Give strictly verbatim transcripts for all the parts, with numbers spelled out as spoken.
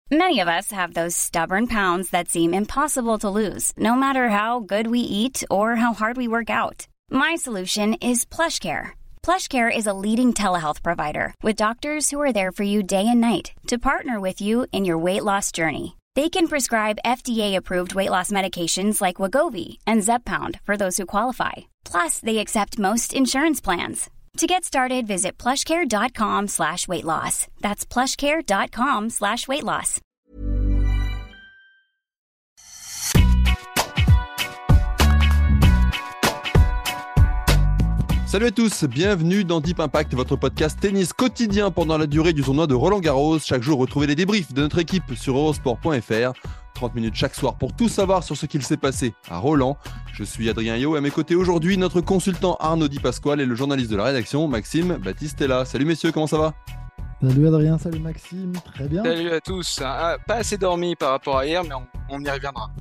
Many of us have those stubborn pounds that seem impossible to lose, no matter how good we eat or how hard we work out. My solution is PlushCare. PlushCare is a leading telehealth provider with doctors who are there for you day and night to partner with you in your weight loss journey. They can prescribe F D A-approved weight loss medications like Wegovy and Zepbound for those who qualify. Plus, they accept most insurance plans. To get started, visit plushcare.com slash weight loss. That's plushcare.com slash weight loss. Salut à tous, bienvenue dans Deep Impact, votre podcast tennis quotidien pendant la durée du tournoi de Roland-Garros. Chaque jour, retrouvez les débriefs de notre équipe sur eurosport point f r. trente minutes chaque soir pour tout savoir sur ce qu'il s'est passé à Roland. Je suis Adrien Yo et à mes côtés aujourd'hui, notre consultant Arnaud Di Pasquale et le journaliste de la rédaction, Maxime Battistella. Salut messieurs, comment ça va ? Salut Adrien, salut Maxime, très bien. Salut à tous. Ah, pas assez dormi par rapport à hier, mais on, on y reviendra.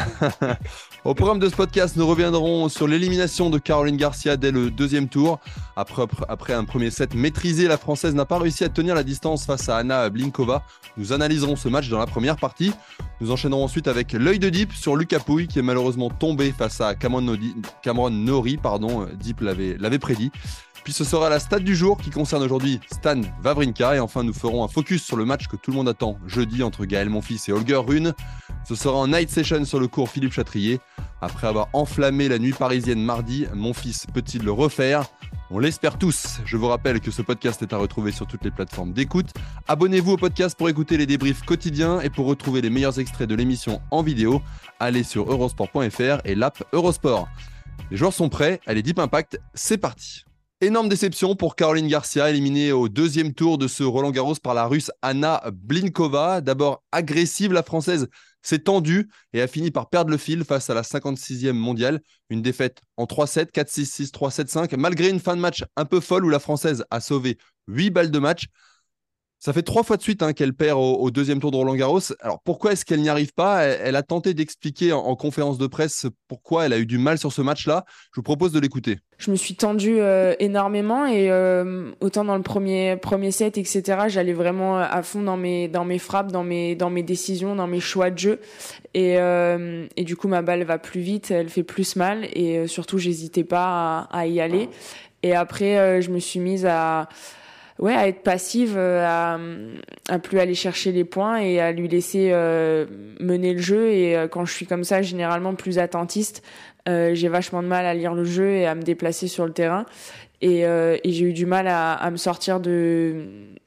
Au programme de ce podcast, nous reviendrons sur l'élimination de Caroline Garcia dès le deuxième tour. Après, après un premier set maîtrisé, la Française n'a pas réussi à tenir la distance face à Anna Blinkova. Nous analyserons ce match dans la première partie. Nous enchaînerons ensuite avec l'œil de Deep sur Lucas Pouille qui est malheureusement tombé face à Cameron Norrie. Cameron Norrie pardon, Deep l'avait, l'avait prédit. Puis ce sera la stat du jour qui concerne aujourd'hui Stan Wawrinka. Et enfin, nous ferons un focus sur le match que tout le monde attend jeudi entre Gaël Monfils et Holger Rune. Ce sera en night session sur le court Philippe Chatrier. Après avoir enflammé la nuit parisienne mardi, Monfils peut-il le refaire ? On l'espère tous. Je vous rappelle que ce podcast est à retrouver sur toutes les plateformes d'écoute. Abonnez-vous au podcast pour écouter les débriefs quotidiens et pour retrouver les meilleurs extraits de l'émission en vidéo. Allez sur eurosport point f r et l'app Eurosport. Les joueurs sont prêts. Allez, Deep Impact, c'est parti. Énorme déception pour Caroline Garcia, éliminée au deuxième tour de ce Roland-Garros par la Russe Anna Blinkova. D'abord agressive, la Française s'est tendue et a fini par perdre le fil face à la cinquante-sixième mondiale. Une défaite en trois sept, quatre six, six trois, sept cinq, malgré une fin de match un peu folle où la Française a sauvé huit balles de match. Ça fait trois fois de suite hein, qu'elle perd au, au deuxième tour de Roland-Garros. Alors pourquoi est-ce qu'elle n'y arrive pas ? elle, elle a tenté d'expliquer en, en conférence de presse pourquoi elle a eu du mal sur ce match-là. Je vous propose de l'écouter. Je me suis tendue euh, énormément et euh, autant dans le premier premier set, et cetera. J'allais vraiment à fond dans mes dans mes frappes, dans mes dans mes décisions, dans mes choix de jeu. Et euh, et du coup ma balle va plus vite, elle fait plus mal et euh, surtout j'hésitais pas à, à y aller. Et après euh, je me suis mise à Ouais, à être passive, à, à plus aller chercher les points et à lui laisser euh, mener le jeu. Et euh, quand je suis comme ça, généralement plus attentiste, euh, j'ai vachement de mal à lire le jeu et à me déplacer sur le terrain. Et, euh, et j'ai eu du mal à, à me sortir de,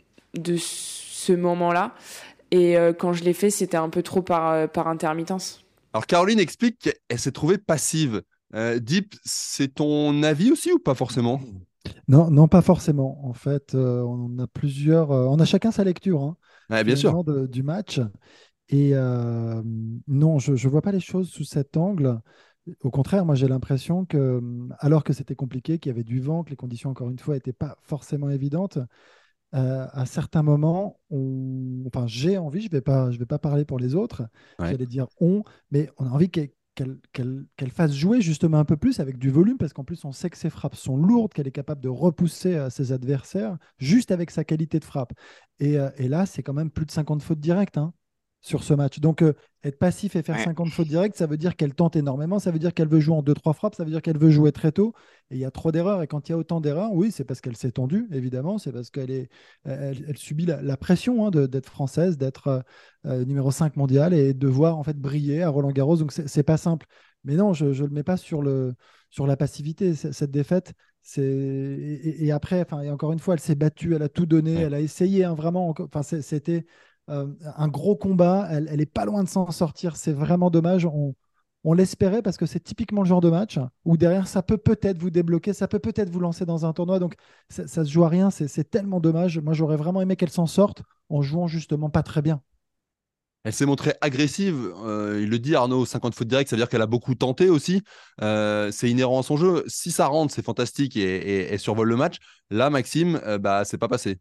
de ce moment-là. Et euh, quand je l'ai fait, c'était un peu trop par, par intermittence. Alors Caroline explique qu'elle s'est trouvée passive. Euh, Deep, c'est ton avis aussi ou pas forcément ? Non, non, pas forcément. En fait, euh, on a plusieurs, euh, on a chacun sa lecture, hein, ouais, bien sûr. de- du match. Et euh, non, je ne vois pas les choses sous cet angle. Au contraire, moi j'ai l'impression que, alors que c'était compliqué, qu'il y avait du vent, que les conditions, encore une fois, n'étaient pas forcément évidentes, euh, à certains moments, on... enfin, j'ai envie, je ne vais pas, je vais pas parler pour les autres, Ouais. j'allais dire on, mais on a envie qu'elle qu'elle qu'elle- qu'elle fasse jouer justement un peu plus avec du volume, parce qu'en plus on sait que ses frappes sont lourdes, qu'elle est capable de repousser euh, ses adversaires juste avec sa qualité de frappe. Et, euh, et là, c'est quand même plus de cinquante fautes directes hein, sur ce match. Donc euh, être passif et faire Ouais. cinquante fautes directes, ça veut dire qu'elle tente énormément, ça veut dire qu'elle veut jouer en deux trois frappes, ça veut dire qu'elle veut jouer très tôt. Et il y a trop d'erreurs. Et quand il y a autant d'erreurs, oui, c'est parce qu'elle s'est tendue, évidemment, c'est parce qu'elle est, elle, elle subit la, la pression hein, de- d'être française, d'être euh, euh, numéro cinq mondial et de voir en fait briller à Roland-Garros. Donc c'est c'est pas simple. Mais non, je ne le mets pas sur, le, sur la passivité. C- Cette défaite, c'est et, et- et après, enfin, et encore une fois, elle s'est battue, elle a tout donné, Ouais. elle a essayé hein, vraiment. enco- Enfin, c'est- c'était euh, un gros combat. Elle, elle est pas loin de s'en sortir. C'est vraiment dommage. On, on l'espérait parce que c'est typiquement le genre de match où derrière, ça peut peut-être vous débloquer, ça peut peut-être vous lancer dans un tournoi. Donc, ça, ça se joue à rien. C'est c'est tellement dommage. Moi, j'aurais vraiment aimé qu'elle s'en sorte en jouant justement pas très bien. Elle s'est montrée agressive. Euh, il le dit, Arnaud, cinquante fautes directes, ça veut dire qu'elle a beaucoup tenté aussi. Euh, c'est inhérent à son jeu. Si ça rentre, c'est fantastique et, et, et survole le match. Là, Maxime, euh, bah, c'est pas passé.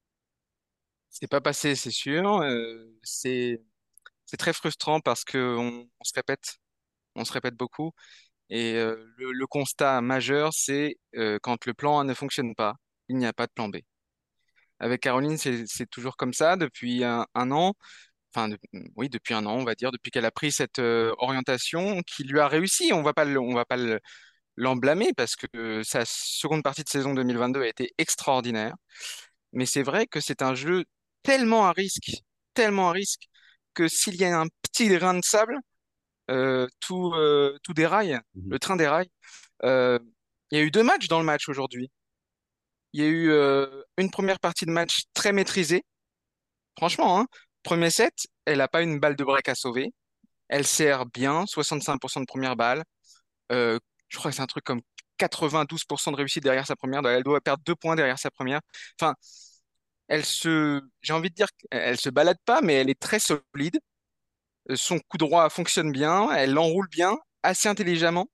C'est pas passé, c'est sûr. Euh, c'est c'est très frustrant parce que on, on se répète, on se répète beaucoup. Et euh, le, le constat majeur, c'est euh, quand le plan A ne fonctionne pas, il n'y a pas de plan B. Avec Caroline, c'est c'est toujours comme ça depuis un, un an. enfin, de- oui, depuis un an, on va dire, depuis qu'elle a pris cette euh, orientation qui lui a réussi. On va pas le- on va pas le- l'en blâmer parce que euh, sa seconde partie de saison deux mille vingt-deux a été extraordinaire. Mais c'est vrai que c'est un jeu tellement à risque, tellement à risque, que s'il y a un petit grain de sable, euh, tout, euh, tout déraille, Mhm. le train déraille. Euh, il y a eu deux matchs dans le match aujourd'hui. Il y a eu euh, une première partie de match très maîtrisée. Franchement, hein, premier set, elle n'a pas une balle de break à sauver. Elle sert bien, soixante-cinq pour cent de première balle. Euh, je crois que c'est un truc comme quatre-vingt-douze pour cent de réussite derrière sa première. Elle doit perdre deux points derrière sa première. Enfin, elle se, j'ai envie de dire qu'elle se balade pas, mais elle est très solide. Euh, Son coup droit fonctionne bien. Elle l'enroule bien, assez intelligemment.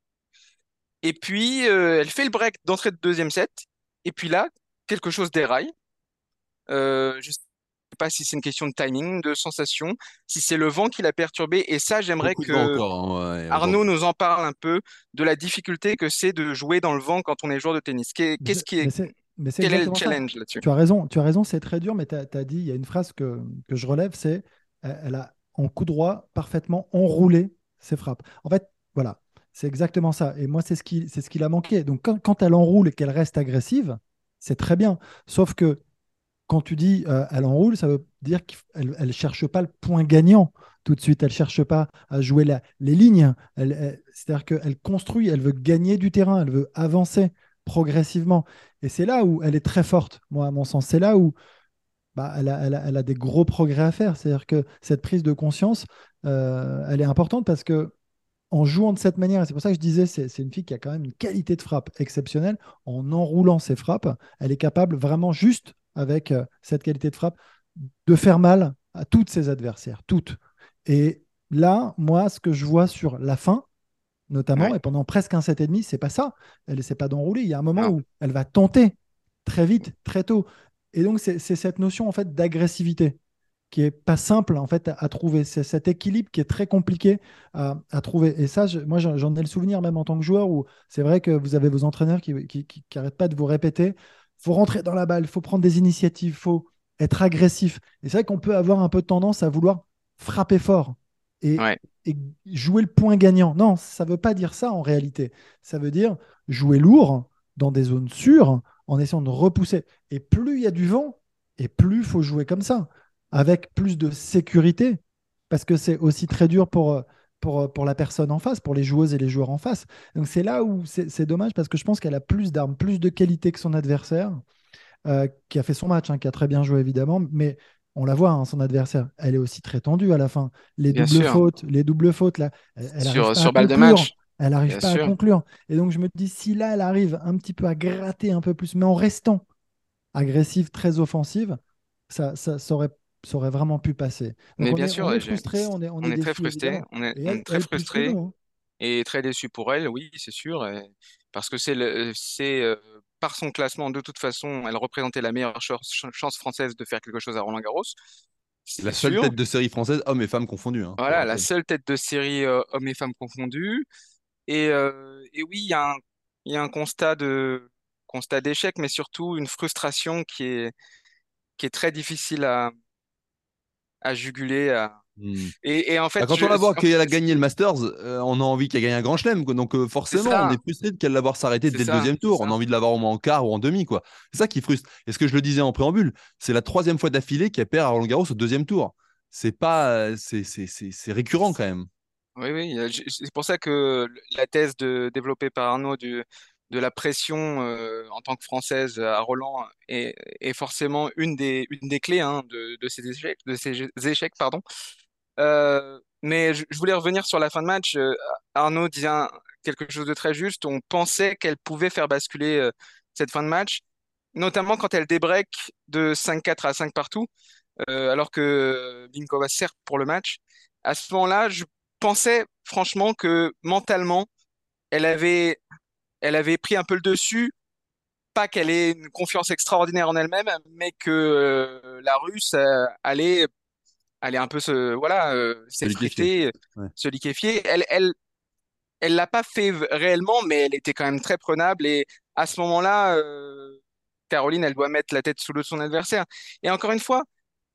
Et puis, euh, elle fait le break d'entrée de deuxième set. Et puis là, quelque chose déraille. Euh, je sais pas si c'est une question de timing, de sensation, si c'est le vent qui l'a perturbé. Et ça, j'aimerais Beaucoup de vent que encore, hein, ouais, encore Arnaud beaucoup. nous en parle un peu de la difficulté que c'est de jouer dans le vent quand on est joueur de tennis. Qu'est- Mais Qu'est-ce c'est qui mais est, c'est- mais c'est quel est le exactement ça. challenge là-dessus? Tu as raison, tu as raison, c'est très dur, mais tu as dit, il y a une phrase que, que je relève, c'est euh, elle a en coup droit parfaitement enroulé ses frappes. En fait, voilà, c'est exactement ça. Et moi, c'est ce qui, c'est ce qui l'a manqué. Donc, quand, quand elle enroule et qu'elle reste agressive, c'est très bien. Sauf que quand tu dis euh, elle enroule, ça veut dire qu'elle ne cherche pas le point gagnant tout de suite. Elle ne cherche pas à jouer la- les lignes. Elle- elle- c'est-à-dire qu'elle construit, elle veut gagner du terrain, elle veut avancer progressivement. Et c'est là où elle est très forte, moi, à mon sens. C'est là où bah, elle a, elle a- elle a des gros progrès à faire. C'est-à-dire que cette prise de conscience, euh, elle est importante parce que en jouant de cette manière, et c'est pour ça que je disais, c'est c'est une fille qui a quand même une qualité de frappe exceptionnelle. En enroulant ses frappes, elle est capable vraiment juste avec euh, cette qualité de frappe de faire mal à toutes ses adversaires, toutes. Et là, moi, ce que je vois sur la fin, notamment, Ouais, et pendant presque un set et demi, c'est pas ça. Elle essaie pas d'enrouler. Il y a un moment non, où elle va tenter très vite, très tôt. Et donc, c'est c'est cette notion en fait d'agressivité qui est pas simple en fait à, à trouver. C'est cet équilibre qui est très compliqué à, à trouver. Et ça, je- moi, j'en j'en ai le souvenir même en tant que joueur où c'est vrai que vous avez vos entraîneurs qui qui, qui, qui arrêtent pas de vous répéter. Faut rentrer dans la balle, faut prendre des initiatives, faut être agressif. Et c'est vrai qu'on peut avoir un peu tendance à vouloir frapper fort et, ouais, et jouer le point gagnant. Non, ça veut pas dire ça en réalité. Ça veut dire jouer lourd dans des zones sûres en essayant de repousser. Et plus il y a du vent, et plus il faut jouer comme ça avec plus de sécurité, parce que c'est aussi très dur pour, euh, pour, euh, pour la personne en face, pour les joueuses et les joueurs en face. Donc c'est là où c'est c'est dommage, parce que je pense qu'elle a plus d'armes, plus de qualité que son adversaire, euh, qui a fait son match, hein, qui a très bien joué évidemment, mais on la voit, hein, son adversaire, elle est aussi très tendue à la fin. Les bien doubles sûr. fautes, les doubles fautes, là, elle n'arrive Sur, pas à sur balle de conclure. match, Elle n'arrive bien pas à sûr. conclure. Et donc je me dis, si là, elle arrive un petit peu à gratter un peu plus, mais en restant agressive, très offensive, ça, ça, ça aurait, ça aurait vraiment pu passer. Donc Mais on bien est, sûr, on est ouais, j'ai- frustré, on est, on on est est très déçu frustré, évidemment. on est, Et on elle, est très elle plus que frustré nous, hein. et très déçu pour elle, oui, c'est sûr, et- parce que c'est le, c'est euh, par son classement, de toute façon, elle représentait la meilleure ch- ch- chance française de faire quelque chose à Roland-Garros, La c'est seule sûr. tête de série française, hommes et femmes confondus, hein, pour Voilà, la rappel. seule tête de série euh, hommes et femmes confondus. Et, euh, et oui, il y a un, il y a un constat de constat d'échec, mais surtout une frustration qui est qui est très difficile à, à juguler. À... Hmm. Et, et en Bah, fait, quand je, on la voit en fait, qu'elle a gagné le Masters, euh, on a envie qu'elle gagne un grand chelem, quoi. Donc euh, c'est forcément, on ça, est frustré de qu'elle l'avoir s'arrêté c'est dès le ça, deuxième c'est tour. On a ça. envie de l'avoir au moins en quart ou en demi, quoi. C'est ça qui frustre. Et ce que je le disais en préambule, c'est la troisième fois d'affilée qu'elle perd à Roland-Garros au deuxième tour. C'est pas, euh, c'est c'est- c'est- c'est récurrent quand même. Oui, oui. euh, je- C'est pour ça que la thèse de, développée par Arnaud du, de la pression euh, en tant que Française à Roland est, est forcément une des, une des clés hein, de, de ces échecs, de ces échecs, pardon. Euh, mais je, je voulais revenir sur la fin de match. Euh, Arnaud disait un- quelque chose de très juste. On pensait qu'elle pouvait faire basculer euh, cette fin de match, notamment quand elle débreak de cinq quatre à cinq partout, euh, alors que Blinkova sert pour le match. À ce moment-là, je pensais franchement que mentalement, elle avait, elle avait pris un peu le dessus. Pas qu'elle ait une confiance extraordinaire en elle-même, mais que euh, la Russe euh, allait allait un peu se, voilà, euh, C'est liquéfié. s'effriter, Ouais. se liquéfier. Elle, elle, elle l'a pas fait v- réellement, mais elle était quand même très prenable. Et à ce moment-là, euh, Caroline, elle doit mettre la tête sous l'eau de son adversaire. Et encore une fois,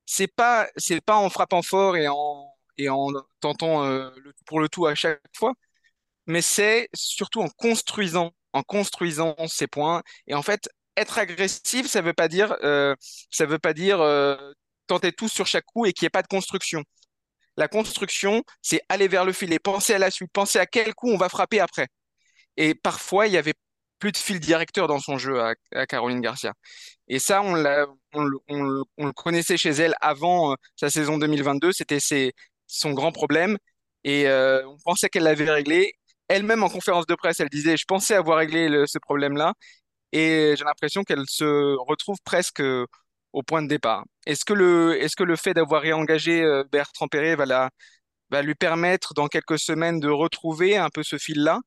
c'est pas, c'est pas en frappant fort et en, et en tentant euh, le, pour le tout à chaque fois, mais c'est surtout en construisant, en construisant ses points. Et en fait, être agressif, ça veut pas dire, euh, ça veut pas dire euh, tenter tout sur chaque coup et qu'il n'y ait pas de construction. La construction, c'est aller vers le filet, penser à la suite, penser à quel coup on va frapper après. Et parfois, il y avait plus de fil directeur dans son jeu à, à Caroline Garcia. Et ça, on l'a, on, le- on le on le connaissait chez elle avant euh, sa saison deux mille vingt-deux. C'était ses- son grand problème. Et euh, on pensait qu'elle l'avait réglé. Elle-même, en conférence de presse, elle disait, je pensais avoir réglé le- ce problème-là. Et j'ai l'impression qu'elle se retrouve presque euh, au point de départ. Est-ce que le, est-ce que le fait d'avoir réengagé euh, Bertrand Perret va, la, va lui permettre dans quelques semaines de retrouver un peu ce fil-là?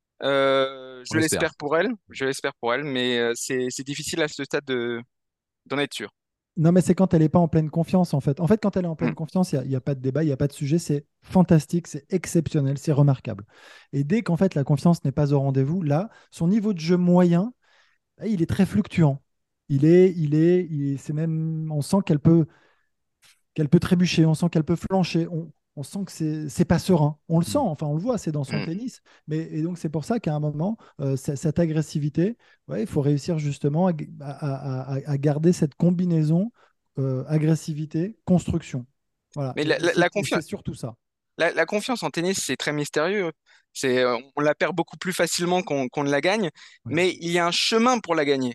Euh, On je l'espère. l'espère pour elle, je l'espère pour elle, mais euh, c'est c'est difficile à ce stade de d'en être sûr. Non, mais c'est quand elle n'est pas en pleine confiance, en fait. En fait, quand elle est en Mm. pleine confiance, il n'y a, il y a pas de débat, il n'y a pas de sujet. C'est fantastique, c'est exceptionnel, c'est remarquable. Et dès qu'en fait la confiance n'est pas au rendez-vous, là, son niveau de jeu moyen, là, il est très fluctuant. Il est, il est, il est- c'est même, on sent qu'elle peut, qu'elle peut trébucher, on sent qu'elle peut flancher, on, on sent que c'est c'est pas serein. On le sent, enfin on le voit, c'est dans son Mm. tennis. Mais et donc c'est pour ça qu'à un moment, euh, ce- cette agressivité, ouais, il faut réussir justement à, à- à- à garder cette combinaison euh, agressivité, construction. Voilà, Mais la, et, et la, c'est la et c'est confiance, surtout ça. la, la confiance en tennis, c'est très mystérieux. C'est, euh, on la perd beaucoup plus facilement qu'on qu'on ne la gagne, Ouais. mais il y a un chemin pour la gagner,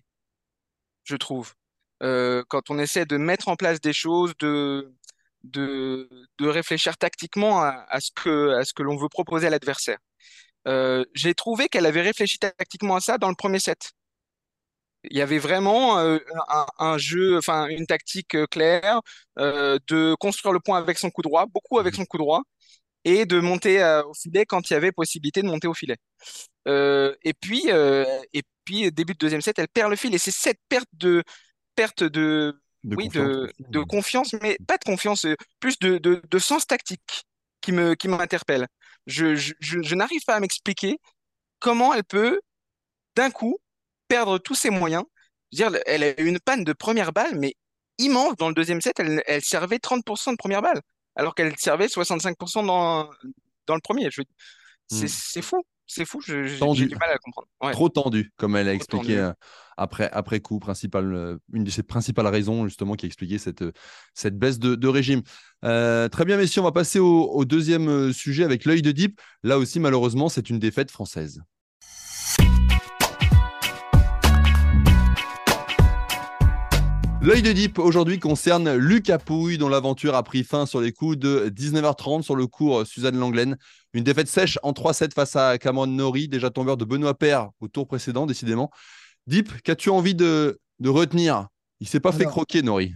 je trouve. Euh, quand on essaie de mettre en place des choses, de, de, de réfléchir tactiquement à, à ce que, à ce que l'on veut proposer à l'adversaire. Euh, j'ai trouvé qu'elle avait réfléchi tactiquement à ça dans le premier set. Il y avait vraiment euh, un, un jeu, enfin une tactique euh, claire euh, de construire le point avec son coup droit, beaucoup avec Mhm. son coup droit, et de monter euh, au filet quand il y avait possibilité de monter au filet. Euh, et puis, euh, et puis début de deuxième set, elle perd le fil, et c'est cette perte de perte de De oui confiance de, aussi. de confiance, mais pas de confiance, euh, plus de, de, de sens tactique qui me qui m'interpelle. Je, je, je, je n'arrive pas à m'expliquer comment elle peut d'un coup perdre tous ses moyens. Je veux dire, elle a eu une panne de première balle, mais immense. Dans le deuxième set, elle, elle servait trente pour cent de première balle, alors qu'elle servait soixante-cinq pour cent dans, dans le premier. Je veux- C'est Mm. c'est fou, c'est fou, je- j'ai j'ai Tendu. du mal à comprendre. Ouais, Trop tendu, comme elle a trop expliqué tendu. euh, après, après coup, principal, euh, une de ses principales raisons justement qui a expliqué cette, euh, cette baisse de, de régime. Euh, très bien, messieurs, on va passer au, au deuxième euh, sujet avec l'œil de Deep. Là aussi, malheureusement, c'est une défaite française. L'œil de Deep aujourd'hui concerne Lucas Pouille, dont l'aventure a pris fin sur les coups de dix-neuf heures trente sur le cours Suzanne Lenglen. Une défaite sèche en trois sept face à Cameron Norrie, déjà tombeur de Benoît Paire au tour précédent, décidément. Deep, qu'as-tu envie de, de retenir? Il s'est pas fait Alors, croquer, Norrie.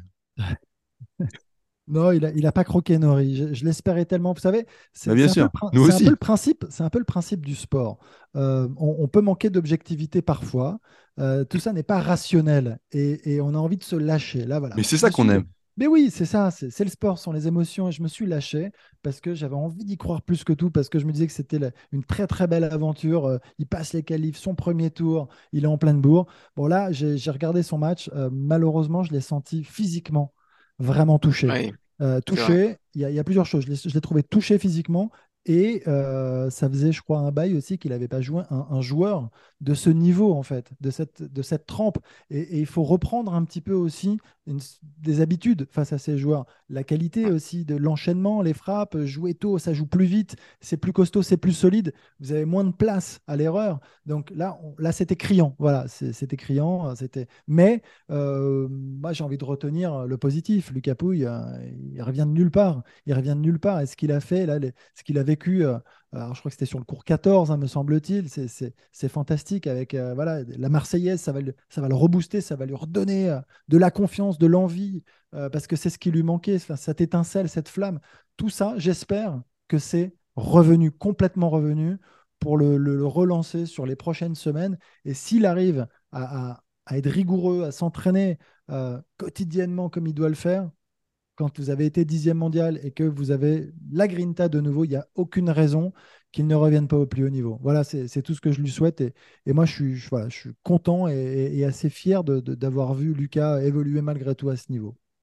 non, il a, il a pas croqué Nori. Je, je l'espérais tellement. Vous savez, Bah, c'est bien c'est un peu le, sûr, prin- nous c'est un peu aussi. le principe, c'est un peu le principe du sport. Euh, on, on peut manquer d'objectivité parfois. Euh, tout ça n'est pas rationnel et, et on a envie de se lâcher. Là, voilà. Mais Moi, c'est je me ça qu'on suis. aime. Mais oui, c'est ça. C'est c'est le sport, ce sont les émotions. Et je me suis lâché parce que j'avais envie d'y croire plus que tout, parce que je me disais que c'était la- une très très belle aventure. Euh, il passe les qualifs, son premier tour, il est en pleine bourre. Bon là, j'ai j'ai regardé son match. Euh, malheureusement, je l'ai senti physiquement vraiment touché. Oui, Euh, c'est vrai. touché, il y, a il y a plusieurs choses. Je l'ai je l'ai trouvé touché physiquement et euh, ça faisait, je crois, un bail aussi qu'il n'avait pas joué un, un joueur de ce niveau, en fait, de cette, de cette trempe. Et, et il faut reprendre un petit peu aussi une- des habitudes face à ces joueurs. La qualité aussi de l'enchaînement, les frappes, jouer tôt, ça joue plus vite, c'est plus costaud, c'est plus solide. Vous avez moins de place à l'erreur. Donc là, on- là c'était criant. Voilà, c'est- c'était criant. C'était... Mais euh, moi, j'ai envie de retenir le positif. Lucas Pouille, euh, il revient de nulle part. Il revient de nulle part. Et ce qu'il a fait, là, les- ce qu'il a vécu, euh, alors, je crois que c'était sur le cours quatorze, hein, me semble-t-il, c'est c'est- c'est fantastique. Avec euh, voilà, la Marseillaise, ça va, le, ça va le rebooster, ça va lui redonner euh, de la confiance, de l'envie, euh, parce que c'est ce qui lui manquait, enfin, cette étincelle, cette flamme. Tout ça, j'espère que c'est revenu, complètement revenu, pour le, le- le relancer sur les prochaines semaines. Et s'il arrive à, à- à être rigoureux, à s'entraîner euh, quotidiennement comme il doit le faire, quand vous avez été dixième mondial et que vous avez la Grinta de nouveau, il n'y a aucune raison qu'il ne revienne pas au plus haut niveau. Voilà, c'est c'est tout ce que je lui souhaite. Et, et moi, je suis, je, voilà, je suis content et, et- et assez fier de- de- d'avoir vu Lucas évoluer malgré tout à ce niveau.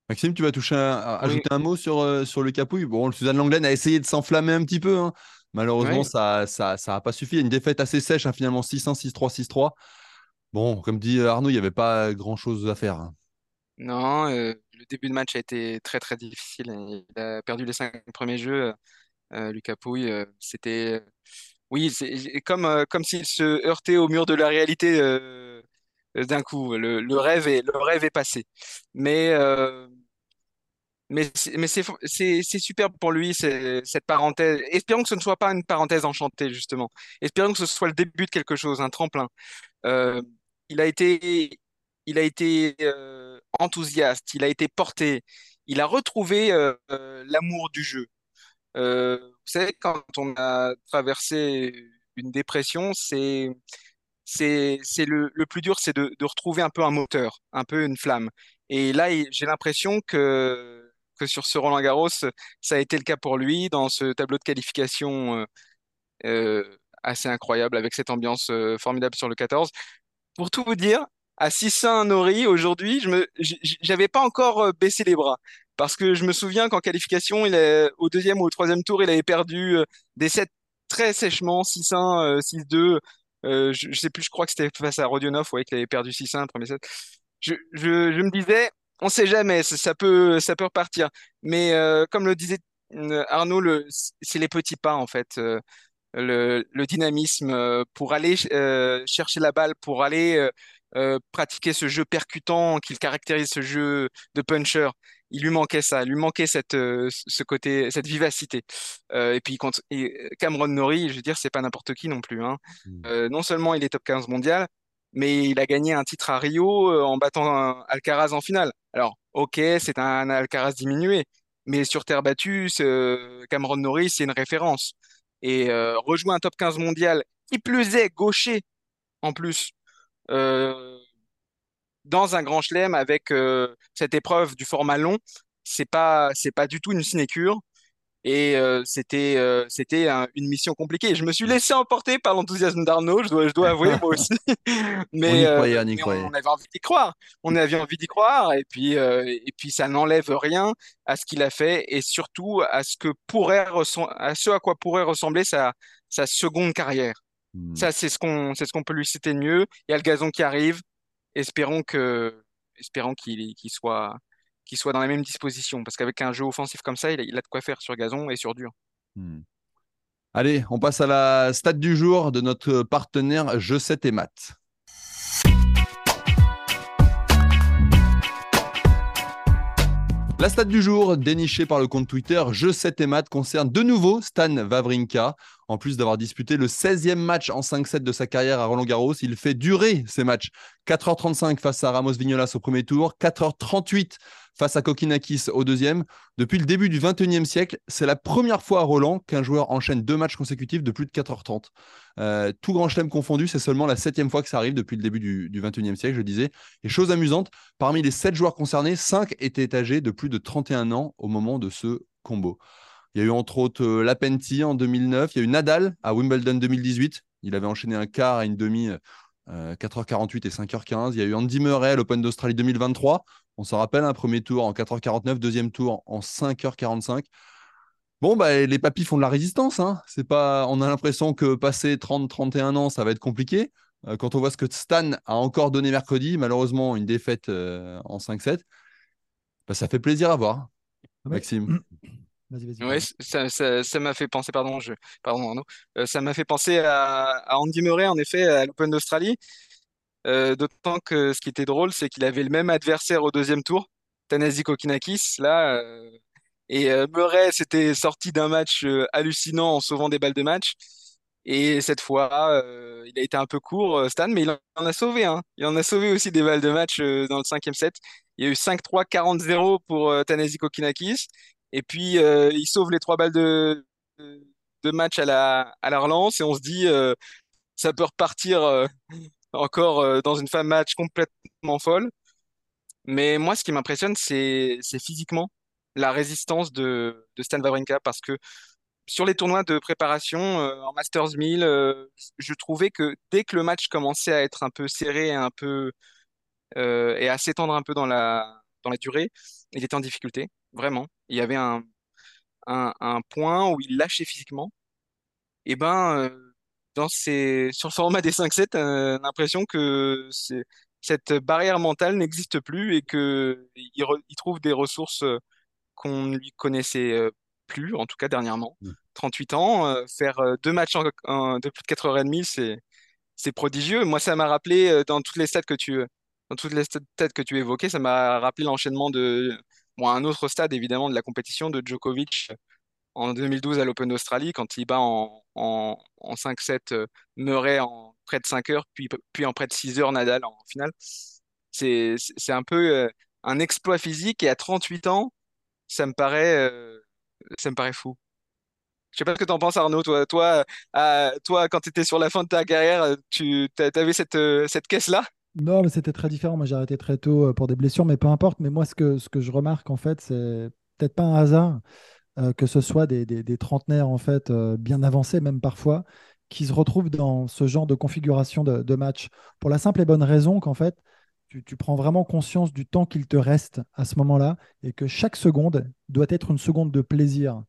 Maxime, tu vas toucher un- à- Oui, ajouter un mot sur, euh, sur le Capouille. Bon, le Suzanne Langlaine a essayé de s'enflammer un petit peu, hein. Malheureusement, oui. ça ça, ça a pas suffi. Il y a une défaite assez sèche, hein, finalement, six un, six trois, six trois. Bon, comme dit Arnaud, il n'y avait pas grand-chose à faire, hein. Non, euh, le début de match a été très très difficile. Il a perdu les cinq premiers jeux. Euh, Lucas Pouille, euh, c'était, oui, c'est comme euh, comme s'il se heurtait au mur de la réalité euh, d'un coup. Le, le rêve est le rêve est passé. Mais euh, mais c'est mais c'est c'est c'est superbe pour lui, c'est- cette parenthèse. Espérons que ce ne soit pas une parenthèse enchantée justement. Espérons que ce soit le début de quelque chose, un tremplin. Euh, il a été, il a été euh, enthousiaste, il a été porté, il a retrouvé euh, euh, l'amour du jeu. Euh, vous savez, quand on a traversé une dépression, c'est, c'est, c'est le, le plus dur, c'est de, de retrouver un peu un moteur, un peu une flamme. Et là, il- j'ai l'impression que, que sur ce Roland-Garros, ça a été le cas pour lui dans ce tableau de qualification euh, euh, assez incroyable avec cette ambiance euh, formidable sur le quatorze. Pour tout vous dire, à six un Nori, aujourd'hui, je me, j- j- j'avais pas encore euh, baissé les bras. Parce que je me souviens qu'en qualification, il est, au deuxième ou au troisième tour, il avait perdu euh, des sets très sèchement, six un, euh, six deux. Euh, je, je sais plus, je crois que c'était face à Rodionov, ouais, qu'il avait perdu six un, le premier set. Je, je, je me disais, on sait jamais, ça, ça peut, ça peut repartir. Mais euh, comme le disait euh, Arnaud, le, c'est les petits pas, en fait. Euh, le, le dynamisme euh, pour aller euh, chercher la balle, pour aller euh, euh, pratiquer ce jeu percutant qui caractérise ce jeu de puncher. Il lui manquait ça, il lui manquait cette, euh, ce côté, cette vivacité. Euh, et puis quand et Cameron Norrie, je veux dire, c'est pas n'importe qui non plus, hein. Mm. Euh, non seulement il est top quinze mondial, mais il a gagné un titre à Rio euh, en battant un Alcaraz en finale. Alors, ok, c'est un Alcaraz diminué, mais sur terre battue, ce- Cameron Norrie, c'est une référence et euh, rejouer un top quinze mondial, qui plus est gaucher en plus, euh, dans un grand chelem avec euh, cette épreuve du format long, c'est pas, c'est pas du tout une sinécure. Et euh, c'était euh, c'était un- une mission compliquée. Je me suis laissé emporter par l'enthousiasme d'Arnaud, je dois, je dois avouer, moi aussi. On Mais, y euh, croyait, on y mais on croyait. avait envie d'y croire. On avait envie d'y croire. Et puis, euh, et puis ça n'enlève rien à ce qu'il a fait et surtout à ce que pourrait ressem- à ce à quoi pourrait ressembler sa, sa seconde carrière. Mm. Ça, c'est ce qu'on c'est ce qu'on peut lui citer de mieux. Il y a le gazon qui arrive. Espérons que, espérons qu'il qu'il soit, qu'il soit dans la même disposition. Parce qu'avec un jeu offensif comme ça, il a, il a de quoi faire sur gazon et sur dur. Mm. Allez, on passe à la stat du jour de notre partenaire Je sais tes maths. La stat du jour, dénichée par le compte Twitter Je sais tes maths, concerne de nouveau Stan Wawrinka. En plus d'avoir disputé le seizième match en cinq sept de sa carrière à Roland-Garros, il fait durer ces matchs. quatre heures trente-cinq face à Ramos Vignolas au premier tour, quatre heures trente-huit face à Kokinakis au deuxième. Depuis le début du vingt et unième siècle, c'est la première fois à Roland qu'un joueur enchaîne deux matchs consécutifs de plus de quatre heures trente. Euh, tout grand chelem confondu, c'est seulement la septième fois que ça arrive depuis le début du, du vingt et unième siècle, je disais. Et chose amusante, parmi les sept joueurs concernés, cinq étaient âgés de plus de trente et un ans au moment de ce combo. Il y a eu entre autres euh, Lapenti en deux mille neuf, il y a eu Nadal à Wimbledon deux mille dix-huit, il avait enchaîné un quart et une demi, euh, quatre heures quarante-huit et cinq heures quinze. Il y a eu Andy Murray à l'Open d'Australie deux mille vingt-trois, on s'en rappelle, un premier tour en quatre heures quarante-neuf, deuxième tour en cinq heures quarante-cinq. Bon, bah, les papis font de la résistance, hein. C'est pas... On a l'impression que passer trente trente et un ans, ça va être compliqué. Euh, quand on voit ce que Stan a encore donné mercredi, malheureusement une défaite euh, en cinq sept, bah, ça fait plaisir à voir, Ouais. Maxime. Vas-y, vas-y, Ouais, pardon. c- ça, ça, ça m'a fait penser, pardon, je, pardon Arnaud, Euh, ça m'a fait penser à, à Andy Murray, en effet, à l'Open d'Australie. Euh, d'autant que ce qui était drôle, c'est qu'il avait le même adversaire au deuxième tour, Thanasi Kokinakis, là. euh, et euh, Murray s'était sorti d'un match euh, hallucinant en sauvant des balles de match. Et cette fois, euh, il a été un peu court, euh, Stan, mais il en a sauvé, hein. Il en a sauvé aussi des balles de match euh, dans le cinquième set. Il y a eu cinq trois, quarante zéro pour euh, Thanasi Kokinakis. Et puis, euh, il sauve les trois balles de, de match à la, à la relance. Et on se dit, euh, ça peut repartir euh, encore euh, dans une fin de match complètement folle. Mais moi, ce qui m'impressionne, c'est c'est physiquement la résistance de, de Stan Wawrinka. Parce que sur les tournois de préparation, euh, en Masters mille, euh, je trouvais que dès que le match commençait à être un peu serré, un peu, euh, et à s'étendre un peu dans la, dans la durée, il était en difficulté, vraiment. Il y avait un, un, un point où il lâchait physiquement. Et ben, euh, dans ces, sur le format des cinq sept, euh, l'impression que c'est, cette barrière mentale n'existe plus et que il, re- il trouve des ressources euh, qu'on ne lui connaissait euh, plus, en tout cas dernièrement. Mm. trente-huit ans, euh, faire euh, deux matchs en- en- de plus de quatre heures trente, c'est, c'est prodigieux. Moi, ça m'a rappelé, euh, dans toutes les stats que tu, dans toutes les stats que tu évoquais, ça m'a rappelé l'enchaînement de, bon, un autre stade, évidemment, de la compétition de Djokovic en deux mille douze à l'Open d'Australie, quand il bat en, en, en cinq sept euh, Murray en près de cinq heures, puis, puis en près de six heures Nadal en finale. C'est, c'est c'est un peu euh, un exploit physique et à trente-huit ans, ça me paraît, euh, ça me paraît fou. Je sais pas ce que t'en penses, Arnaud. Toi, toi, euh, toi, quand tu étais sur la fin de ta carrière, euh, tu avais cette, euh, cette caisse-là? Non, mais c'était très différent. Moi, j'ai arrêté très tôt euh, pour des blessures, mais peu importe. Mais moi, ce que, ce que je remarque, en fait, c'est peut-être pas un hasard euh, que ce soit des, des- des trentenaires, en fait, euh, bien avancés, même parfois, qui se retrouvent dans ce genre de configuration de, de match. Pour la simple et bonne raison qu'en fait, tu, tu prends vraiment conscience du temps qu'il te reste à ce moment-là et que chaque seconde doit être une seconde de plaisir.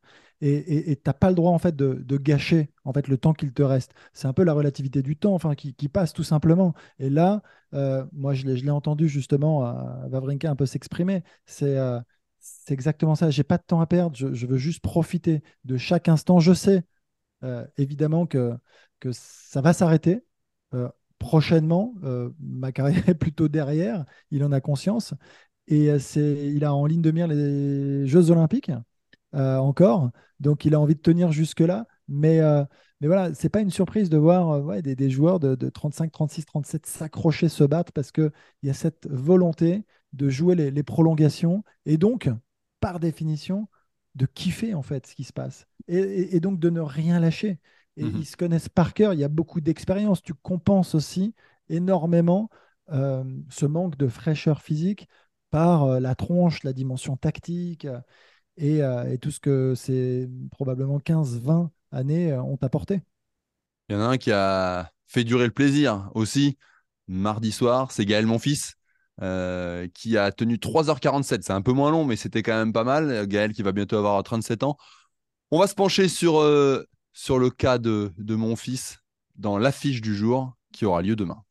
Et tu n'as pas le droit en fait de, de gâcher en fait le temps qu'il te reste. C'est un peu la relativité du temps, enfin qui, qui passe tout simplement. Et là, euh, moi je l'ai je l'ai entendu justement à Wawrinka un peu s'exprimer. C'est euh, c'est exactement ça. J'ai pas de temps à perdre. Je, je veux juste profiter de chaque instant. Je sais euh, évidemment que, que ça va s'arrêter euh, prochainement. Euh, ma carrière est plutôt derrière. Il en a conscience. Et euh, c'est, il a en ligne de mire les Jeux Olympiques euh, encore. Donc il a envie de tenir jusque-là. Mais, euh, mais voilà, c'est pas une surprise de voir euh, ouais, des, des joueurs de, de trente-cinq, trente-six, trente-sept s'accrocher, se battre parce qu'il y a cette volonté de jouer les, les prolongations et donc, par définition, de kiffer en fait ce qui se passe et, et- et donc de ne rien lâcher. Et Mhm. ils se connaissent par cœur, il y a beaucoup d'expérience. Tu compenses aussi énormément euh, ce manque de fraîcheur physique par euh, la tronche, la dimension tactique euh, et, euh, et tout ce que ces probablement quinze vingt années euh, ont apporté. Il y en a un qui a fait durer le plaisir aussi. Mardi soir, c'est Gaël Monfils euh, qui a tenu trois heures quarante-sept. C'est un peu moins long, mais c'était quand même pas mal. Gaël qui va bientôt avoir trente-sept ans. On va se pencher sur, euh, sur le cas de, de mon fils dans l'affiche du jour qui aura lieu demain.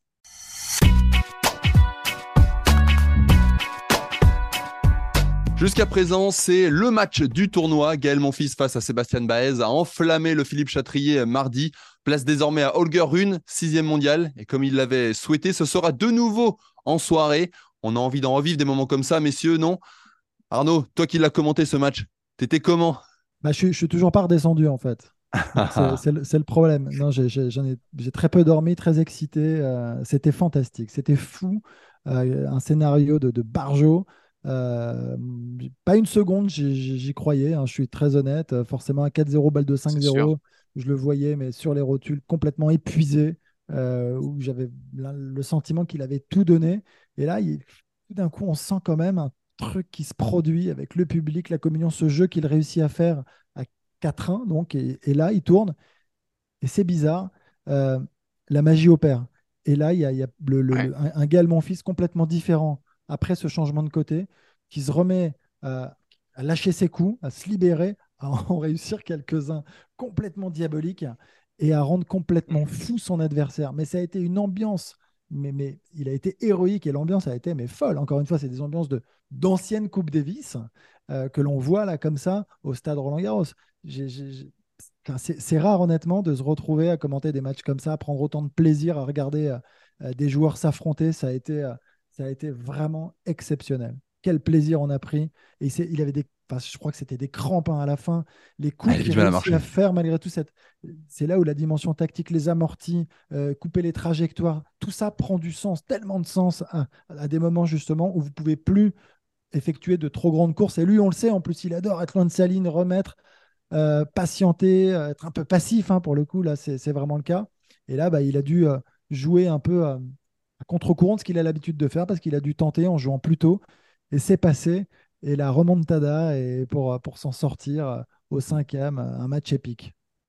Jusqu'à présent, c'est le match du tournoi. Gaël Monfils face à Sébastien Baez a enflammé le Philippe Chatrier mardi. Place désormais à Holger Rune, sixième mondial. Et comme il l'avait souhaité, ce sera de nouveau en soirée. On a envie d'en revivre des moments comme ça, messieurs, non? Arnaud, toi qui l'as commenté ce match, t'étais comment? Bah, je, suis- je suis toujours pas redescendu en fait. C'est c'est le, c'est le problème. Non, j'ai j'ai- j'en ai, j'ai très peu dormi, très excité. Euh, c'était fantastique, c'était fou. Euh, un scénario de, de Barjo. Euh, Pas une seconde, j'y j'y- j'y croyais, hein, je suis très honnête. Euh, Forcément, à quatre zéro, balle de cinq C'est sûr. zéro, je le voyais, mais sur les rotules, complètement épuisé, euh, où j'avais l'un- le sentiment qu'il avait tout donné. Et là, il- tout d'un coup, on sent quand même un truc qui se produit avec le public, la communion, ce jeu qu'il réussit à faire à quatre un, donc, et, et là, il tourne, et c'est bizarre, euh, la magie opère. Et là, il y a, il y a le- le- Ouais. le- un, un Gaël Monfils complètement différent après ce changement de côté, qui se remet euh, à lâcher ses coups, à se libérer, à en réussir quelques-uns complètement diaboliques et à rendre complètement Mhm. fou son adversaire. Mais ça a été une ambiance, mais, mais il a été héroïque et l'ambiance a été mais folle. Encore une fois, c'est des ambiances de d'anciennes Coupes Davis euh, que l'on voit là comme ça au stade Roland-Garros. J'ai- j'ai- j'ai- Enfin, c'est c'est rare honnêtement de se retrouver à commenter des matchs comme ça, à prendre autant de plaisir à regarder euh, euh, des joueurs s'affronter. Ça a été, euh, ça a été vraiment exceptionnel. Quel plaisir on a pris. Et c'est- il avait des, enfin, je crois que c'était des crampes hein, à la fin. Les Ah, coups il avait qu'il du mal à réussit à marcher. faire malgré tout, cette... c'est là où la dimension tactique, les amortis, euh, couper les trajectoires, tout ça prend du sens, tellement de sens à, à des moments justement où vous pouvez plus effectuer de trop grandes courses. Et lui, on le sait, en plus, il adore être loin de sa ligne, remettre euh, patienter, euh, être un peu passif, hein, pour le coup, là, c'est c'est vraiment le cas. Et là, bah, il a dû euh, jouer un peu euh, à contre-courant de ce qu'il a l'habitude de faire parce qu'il a dû tenter en jouant plus tôt. Et c'est passé. Et la remontada et pour, euh, pour s'en sortir euh, au cinquième, euh, un match épique.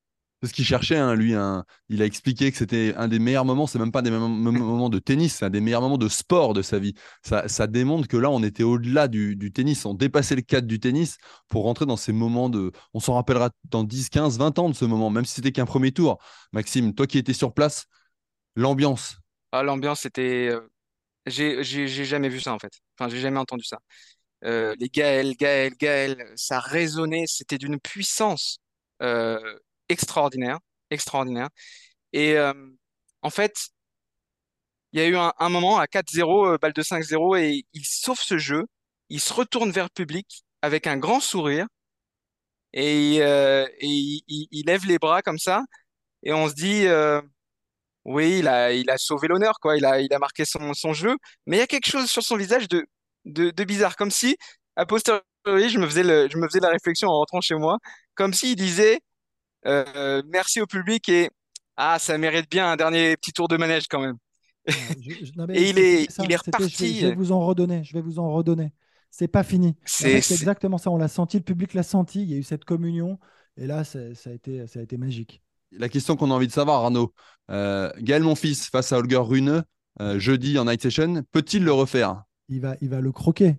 C'est ce qu'il cherchait, hein, lui. Hein. Il a expliqué que c'était un des meilleurs moments. C'est même pas des mom- mom- moments de tennis, c'est un des meilleurs moments de sport de sa vie. Ça, ça démontre que là, on était au-delà du, du tennis. On dépassait le cadre du tennis pour rentrer dans ces moments de. On s'en rappellera dans dix, quinze, vingt ans de ce moment, même si c'était qu'un premier tour. Maxime, toi qui étais sur place, l'ambiance. Ah, l'ambiance était. euh, J'ai, j'ai, j'ai jamais vu ça en fait. Enfin, j'ai jamais entendu ça. Euh, les Gaël, Gaël, Gaël, ça résonnait. C'était d'une puissance euh, extraordinaire, extraordinaire. Et euh, en fait, il y a eu un, un moment à quatre zéro, euh, balle de cinq zéro, et il sauve ce jeu. Il se retourne vers le public avec un grand sourire et, euh, et il, il- il lève les bras comme ça. Et on se dit, euh, oui, il a, il a sauvé l'honneur, quoi. Il a, il a marqué son, son jeu. Mais il y a quelque chose sur son visage de, de, de bizarre, comme si, a posteriori, je me faisais le, je me faisais la réflexion en rentrant chez moi, comme s'il disait euh, merci au public et ah, ça mérite bien un dernier petit tour de manège quand même. Ouais, je- je- non, mais Et il c'est- est, c'était il ça. est C'était, je vais, je reparti. vais vous en redonner. Je vais vous en redonner. C'est pas fini. Et en C'est, fait, c'est c'est- exactement ça. On l'a senti, le public l'a senti. Il y a eu cette communion. Et là, c'est- ça a été, ça a été magique. La question qu'on a envie de savoir, Arnaud. Euh, Gaël Monfils face à Holger Rune, euh, jeudi en night session, peut-il le refaire? Il va, il va le croquer.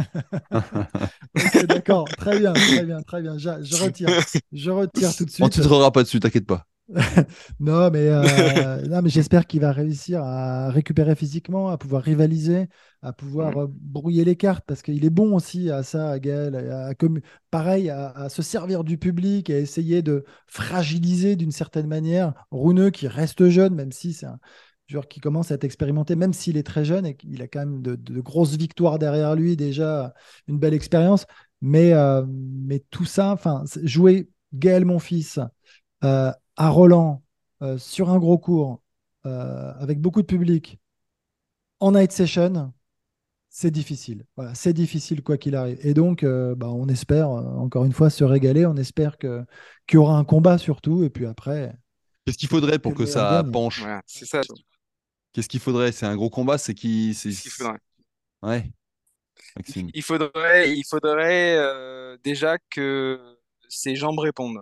Ok, d'accord. Très bien, très bien, très bien. Je, je retire. Je retire tout de On ne suite. titrera pas dessus, t'inquiète pas. Non, mais, euh, non, mais j'espère qu'il va réussir à récupérer physiquement, à pouvoir rivaliser, à pouvoir euh, brouiller les cartes, parce qu'il est bon aussi à ça, à Gaël, à, à commu- pareil, à, à se servir du public, à essayer de fragiliser d'une certaine manière Runeux, qui reste jeune, même si c'est un joueur qui commence à être expérimenté, même s'il est très jeune et qu'il a quand même de, de grosses victoires derrière lui, déjà une belle expérience. Mais, euh, mais tout ça, enfin, c'est- jouer Gaël Monfils euh, à Roland, euh, sur un gros cours, euh, avec beaucoup de public, en night session, c'est difficile. Voilà, c'est difficile quoi qu'il arrive. Et donc, euh, bah, on espère, euh, encore une fois, se régaler. On espère que, qu'il y aura un combat surtout. Et puis après, Qu'est-ce qu'il que, faudrait que pour le que meilleur ça gagne. penche? voilà, c'est ça Qu'est-ce qu'il faudrait? C'est un gros combat, c'est qui? C'est... ce qu'il faudrait. Ouais, Il Maxime. il faudrait, il faudrait euh, déjà que ses jambes répondent.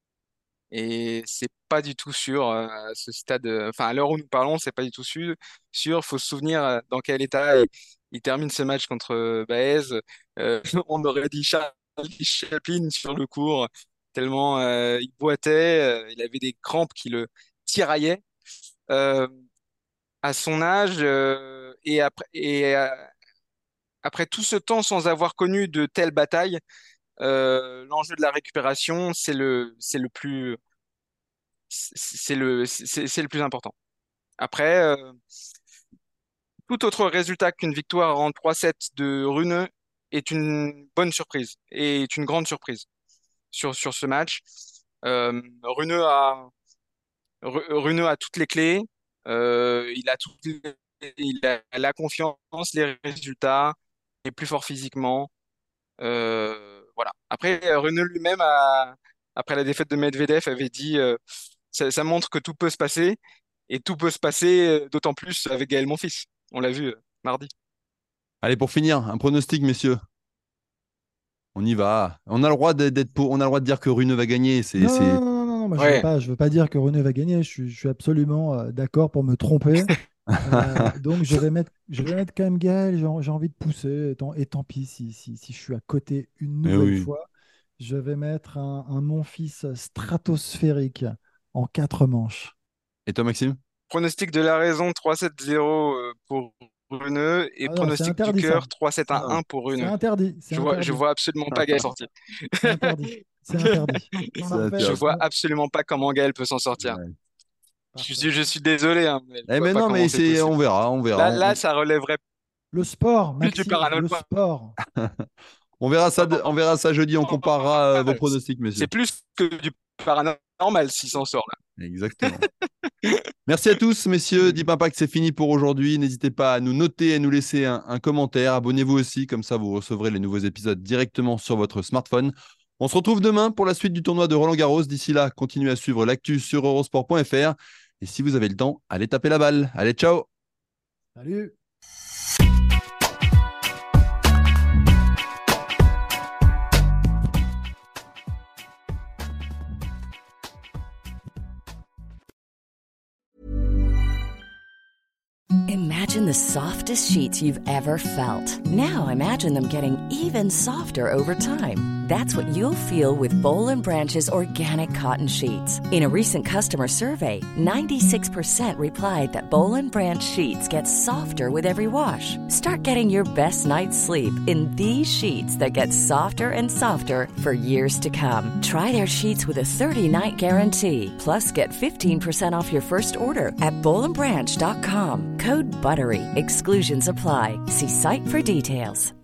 Et c'est pas du tout sûr euh, à ce stade. euh, Enfin, à l'heure où nous parlons, c'est pas du tout sûr. Sûr, faut se souvenir euh, dans quel état il, il termine ce match contre euh, Baez. Euh, on aurait dit Charlie Chaplin sur le court, tellement euh, il boitait, euh, il avait des crampes qui le tiraillaient. Euh, à son âge euh, et après et euh, après tout ce temps sans avoir connu de telles batailles, euh, l'enjeu de la récupération, c'est le c'est le plus c'est le, c'est c'est le plus important. Après, euh, tout autre résultat qu'une victoire en trois sept de Rune est une bonne surprise et est une grande surprise sur, sur ce match. Euh, Rune a, Ru- Rune a toutes les clés, euh, il a, toutes les- il a la confiance, les résultats, il est plus fort physiquement. Euh, voilà. Après, Rune lui-même, a, après la défaite de Medvedev, avait dit euh, ça, ça montre que tout peut se passer. Et tout peut se passer euh, d'autant plus avec Gaël Monfils. On l'a vu euh, mardi. Allez, pour finir, un pronostic, messieurs. On y va. On a le droit d'être d'être pour... On a le droit de dire que Rune va gagner. C'est, Non, c'est... non, non, non, non, moi je veux Ouais, pas, je veux pas dire que René va gagner. Je suis, je suis absolument euh, d'accord pour me tromper. Euh, donc je vais mettre, je vais mettre quand même Gaël. J'ai en- j'ai envie de pousser. Et tant, et tant pis si, si, si je suis à côté une Eh nouvelle oui. fois. Je vais mettre un, un Monfils stratosphérique en quatre manches. Et toi, Maxime? pronostic de la raison trois sept zéro euh, pour Runeux et Ah non, c'est pronostic du interdit ça. cœur trois sept un Ah, un pour C'est Runeux. interdit. C'est Je vois, je interdit. vois absolument pas Gaël sortir. C'est interdit. C'est interdit. c'est Parfait. Je interdit. vois absolument pas comment Gaël peut s'en sortir. Ouais. Je Parfait. suis, je suis désolé, hein, mais je Eh vois mais pas non, comment mais c'est c'est... on possible. verra, on verra. Là, On, là, ça relèverait Le sport, plus du Maxime, le paranormal. sport. on verra ça, de- on verra ça jeudi. On comparera euh, vos pronostics, messieurs. C'est plus que du paranormal s'il s'en sort là. Exactement. Merci à tous, messieurs. Deep Impact, c'est fini pour aujourd'hui. N'hésitez pas à nous noter et à nous laisser un, un commentaire. Abonnez-vous aussi, comme ça vous recevrez les nouveaux épisodes directement sur votre smartphone. On se retrouve demain pour la suite du tournoi de Roland-Garros. D'ici là, continuez à suivre l'actu sur eurosport point f r. Et si vous avez le temps, allez taper la balle. Allez, ciao! Salut. Imagine the softest sheets you've ever felt. Now imagine them getting even softer over time. That's what you'll feel with Boll and Branch's organic cotton sheets. In a recent customer survey, ninety-six percent replied that Boll and Branch sheets get softer with every wash. Start getting your best night's sleep in these sheets that get softer and softer for years to come. Try their sheets with a thirty-night guarantee. Plus, get fifteen percent off your first order at boll and branch dot com. Code BUTTERY. Exclusions apply. See site for details.